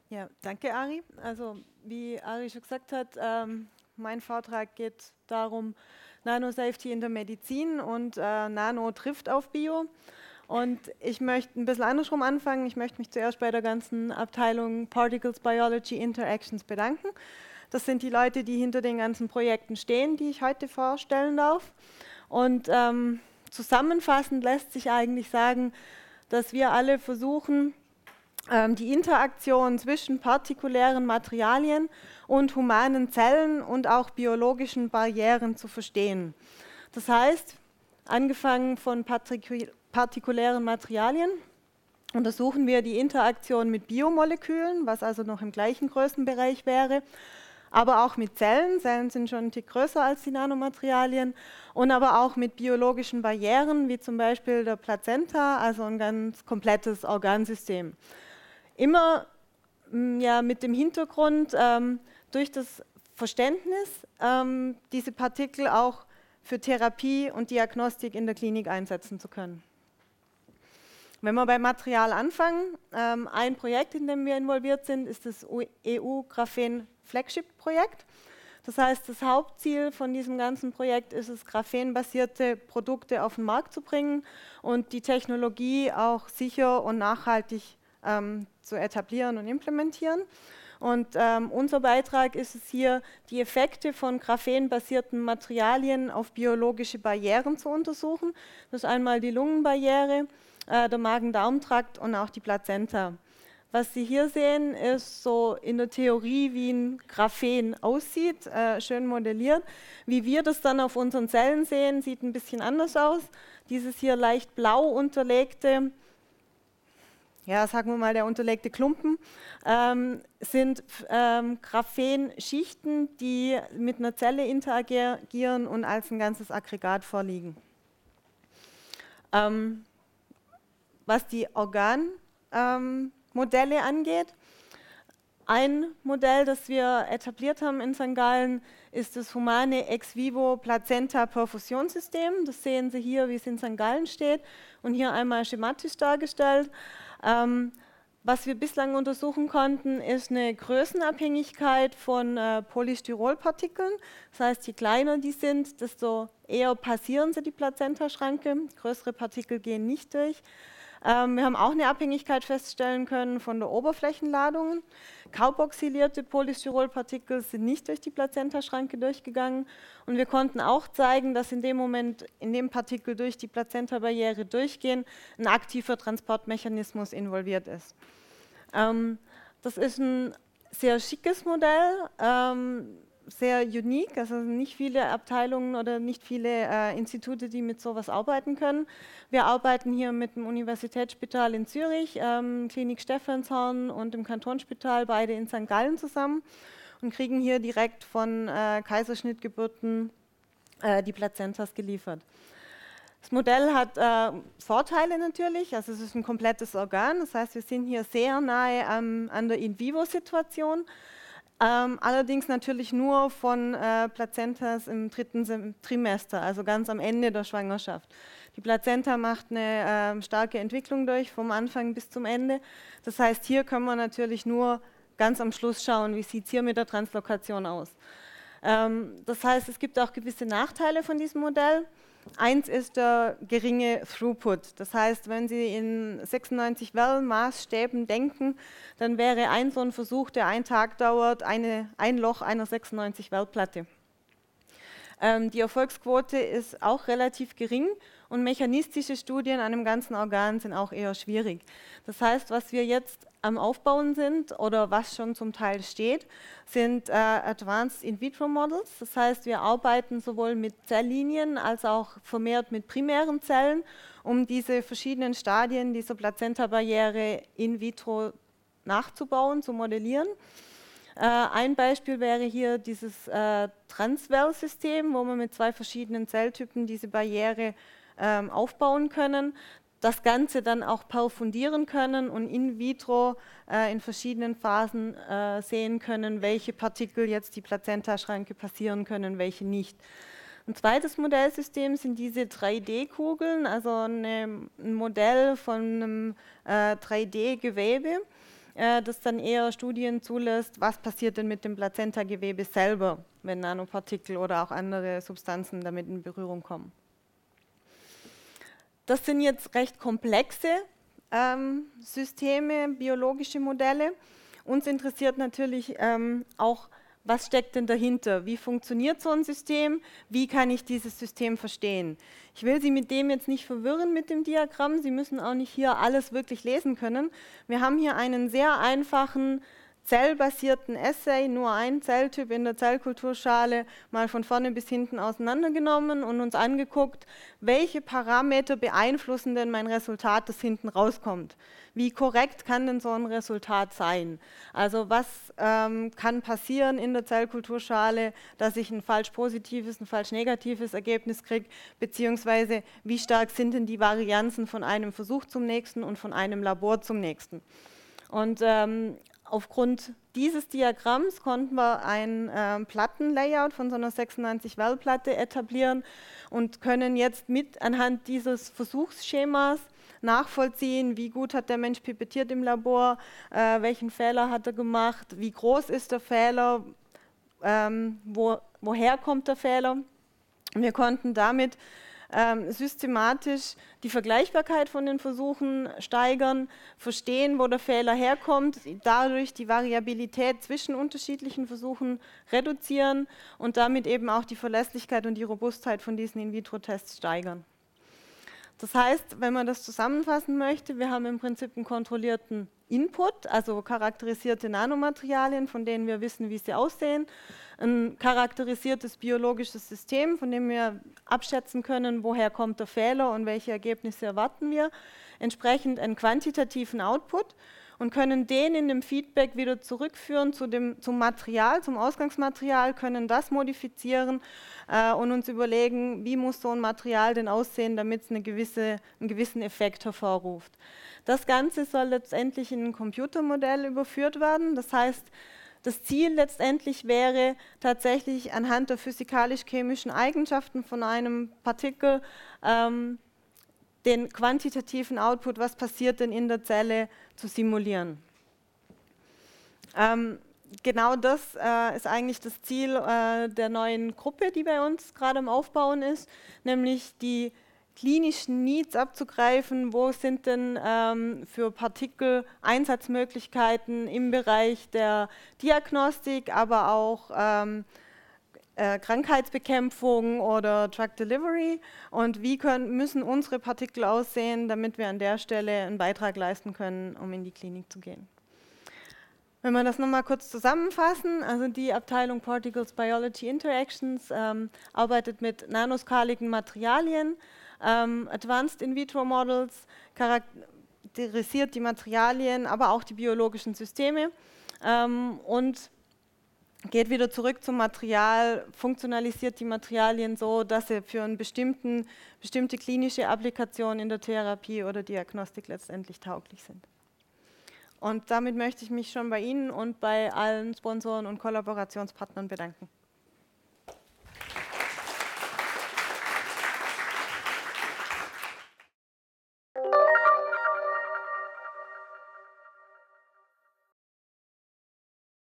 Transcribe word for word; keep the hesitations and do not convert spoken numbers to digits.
Ja, danke Ari. Also wie Ari schon gesagt hat, ähm, mein Vortrag geht darum, Nanosafety in der Medizin und äh, Nano trifft auf Bio. Und ich möchte ein bisschen andersrum anfangen. Ich möchte mich zuerst bei der ganzen Abteilung Particles Biology Interactions bedanken. Das sind die Leute, die hinter den ganzen Projekten stehen, die ich heute vorstellen darf. Und ähm, zusammenfassend lässt sich eigentlich sagen, dass wir alle versuchen, ähm, die Interaktion zwischen partikulären Materialien und humanen Zellen und auch biologischen Barrieren zu verstehen. Das heißt, angefangen von partikul partikulären Materialien untersuchen wir die Interaktion mit Biomolekülen, was also noch im gleichen Größenbereich wäre, aber auch mit Zellen. Zellen sind schon ein Tick größer als die Nanomaterialien und aber auch mit biologischen Barrieren, wie zum Beispiel der Plazenta, also ein ganz komplettes Organsystem. Immer ja, mit dem Hintergrund, ähm, durch das Verständnis, ähm, diese Partikel auch für Therapie und Diagnostik in der Klinik einsetzen zu können. Wenn wir beim Material anfangen, ähm, ein Projekt, in dem wir involviert sind, ist das E U-Graphen-Flagship-Projekt. Das heißt, das Hauptziel von diesem ganzen Projekt ist es, graphenbasierte Produkte auf den Markt zu bringen und die Technologie auch sicher und nachhaltig ähm, zu etablieren und implementieren. Und ähm, unser Beitrag ist es hier, die Effekte von graphenbasierten Materialien auf biologische Barrieren zu untersuchen. Das ist einmal die Lungenbarriere, äh, der Magen-Darm-Trakt und auch die Plazenta. Was Sie hier sehen, ist so in der Theorie, wie ein Graphen aussieht, äh, schön modelliert. Wie wir das dann auf unseren Zellen sehen, sieht ein bisschen anders aus. Dieses hier leicht blau unterlegte, ja, sagen wir mal, der unterlegte Klumpen, ähm, sind ähm, Graphenschichten, die mit einer Zelle interagieren und als ein ganzes Aggregat vorliegen. Ähm, was die Organmodelle ähm, angeht, ein Modell, das wir etabliert haben in Sankt Gallen, ist das humane Ex-vivo-Plazenta-Perfusionssystem. Das sehen Sie hier, wie es in Sankt Gallen steht und hier einmal schematisch dargestellt. Ähm, was wir bislang untersuchen konnten, ist eine Größenabhängigkeit von äh, Polystyrolpartikeln. Das heißt, je kleiner die sind, desto eher passieren sie die Plazentaschranke. Größere Partikel gehen nicht durch. Ähm, wir haben auch eine Abhängigkeit feststellen können von der Oberflächenladung. Carboxylierte Polystyrolpartikel sind nicht durch die Plazentaschranke durchgegangen. Und wir konnten auch zeigen, dass in dem Moment, in dem Partikel durch die Plazentabarriere durchgehen, ein aktiver Transportmechanismus involviert ist. Ähm, das ist ein sehr schickes Modell, ähm, sehr unique, also nicht viele Abteilungen oder nicht viele äh, Institute, die mit sowas arbeiten können. Wir arbeiten hier mit dem Universitätsspital in Zürich, ähm, Klinik Stephanshorn und dem Kantonsspital, beide in Sankt Gallen zusammen und kriegen hier direkt von äh, Kaiserschnittgeburten äh, die Plazentas geliefert. Das Modell hat äh, Vorteile natürlich, also es ist ein komplettes Organ, das heißt, wir sind hier sehr nahe ähm, an der In-vivo-Situation. Ähm, allerdings natürlich nur von äh, Plazentas im dritten Sem Trimester, also ganz am Ende der Schwangerschaft. Die Plazenta macht eine äh, starke Entwicklung durch, vom Anfang bis zum Ende. Das heißt, hier können wir natürlich nur ganz am Schluss schauen, wie sieht es hier mit der Translokation aus. Ähm, das heißt, es gibt auch gewisse Nachteile von diesem Modell. Eins ist der geringe Throughput. Das heißt, wenn Sie in sechsundneunzig Well-Maßstäben denken, dann wäre ein so ein Versuch, der einen Tag dauert, eine, ein Loch einer sechsundneunzig Well-Platte. Ähm, die Erfolgsquote ist auch relativ gering und mechanistische Studien an einem ganzen Organ sind auch eher schwierig. Das heißt, was wir jetzt am Aufbauen sind oder was schon zum Teil steht, sind äh, Advanced In-vitro-Models. Das heißt, wir arbeiten sowohl mit Zelllinien als auch vermehrt mit primären Zellen, um diese verschiedenen Stadien dieser Plazenta-Barriere in vitro nachzubauen, zu modellieren. Äh, ein Beispiel wäre hier dieses äh, Transwell-System, wo wir mit zwei verschiedenen Zelltypen diese Barriere ähm, aufbauen können. Das Ganze dann auch perfundieren können und in vitro äh, in verschiedenen Phasen äh, sehen können, welche Partikel jetzt die Plazentaschranke passieren können, welche nicht. Ein zweites Modellsystem sind diese drei D-Kugeln, also eine, ein Modell von einem äh, drei D-Gewebe. äh, das dann eher Studien zulässt, was passiert denn mit dem Plazentagewebe selber, wenn Nanopartikel oder auch andere Substanzen damit in Berührung kommen. Das sind jetzt recht komplexe ähm, Systeme, biologische Modelle. Uns interessiert natürlich ähm, auch, was steckt denn dahinter? Wie funktioniert so ein System? Wie kann ich dieses System verstehen? Ich will Sie mit dem jetzt nicht verwirren mit dem Diagramm. Sie müssen auch nicht hier alles wirklich lesen können. Wir haben hier einen sehr einfachen zellbasierten Assay, nur ein Zelltyp in der Zellkulturschale, mal von vorne bis hinten auseinandergenommen und uns angeguckt, welche Parameter beeinflussen denn mein Resultat, das hinten rauskommt. Wie korrekt kann denn so ein Resultat sein? Also was ähm, kann passieren in der Zellkulturschale, dass ich ein falsch positives, ein falsch negatives Ergebnis kriege, beziehungsweise wie stark sind denn die Varianzen von einem Versuch zum nächsten und von einem Labor zum nächsten? Und ähm, aufgrund dieses Diagramms konnten wir ein äh, Plattenlayout von so einer sechsundneunzig-Well-Platte etablieren und können jetzt mit anhand dieses Versuchsschemas nachvollziehen, wie gut hat der Mensch pipettiert im Labor, äh, welchen Fehler hat er gemacht, wie groß ist der Fehler, ähm, wo, woher kommt der Fehler. Wir konnten damit ähm, systematisch die Vergleichbarkeit von den Versuchen steigern, verstehen, wo der Fehler herkommt, dadurch die Variabilität zwischen unterschiedlichen Versuchen reduzieren und damit eben auch die Verlässlichkeit und die Robustheit von diesen In-vitro-Tests steigern. Das heißt, wenn man das zusammenfassen möchte, wir haben im Prinzip einen kontrollierten Input, also charakterisierte Nanomaterialien, von denen wir wissen, wie sie aussehen, ein charakterisiertes biologisches System, von dem wir abschätzen können, woher kommt der Fehler und welche Ergebnisse erwarten wir, entsprechend einen quantitativen Output und können den in dem Feedback wieder zurückführen zu dem, zum Material, zum Ausgangsmaterial, können das modifizieren äh, und uns überlegen, wie muss so ein Material denn aussehen, damit es eine gewisse, einen gewissen Effekt hervorruft. Das Ganze soll letztendlich in ein Computermodell überführt werden, das heißt, das Ziel letztendlich wäre tatsächlich anhand der physikalisch-chemischen Eigenschaften von einem Partikel ähm, den quantitativen Output, was passiert denn in der Zelle, zu simulieren. Ähm, genau das äh, ist eigentlich das Ziel äh, der neuen Gruppe, die bei uns gerade am Aufbauen ist, nämlich die klinischen Needs abzugreifen, wo sind denn ähm, für Partikel Einsatzmöglichkeiten im Bereich der Diagnostik, aber auch ähm, äh, Krankheitsbekämpfung oder Drug Delivery und wie können, müssen unsere Partikel aussehen, damit wir an der Stelle einen Beitrag leisten können, um in die Klinik zu gehen. Wenn wir das nochmal kurz zusammenfassen, also die Abteilung Particles Biology Interactions ähm, arbeitet mit nanoskaligen Materialien, ähm, Advanced In-vitro Models, charakterisiert die Materialien, aber auch die biologischen Systeme ähm, und geht wieder zurück zum Material, funktionalisiert die Materialien so, dass sie für eine bestimmten, bestimmte klinische Applikation in der Therapie oder Diagnostik letztendlich tauglich sind. Und damit möchte ich mich schon bei Ihnen und bei allen Sponsoren und Kollaborationspartnern bedanken.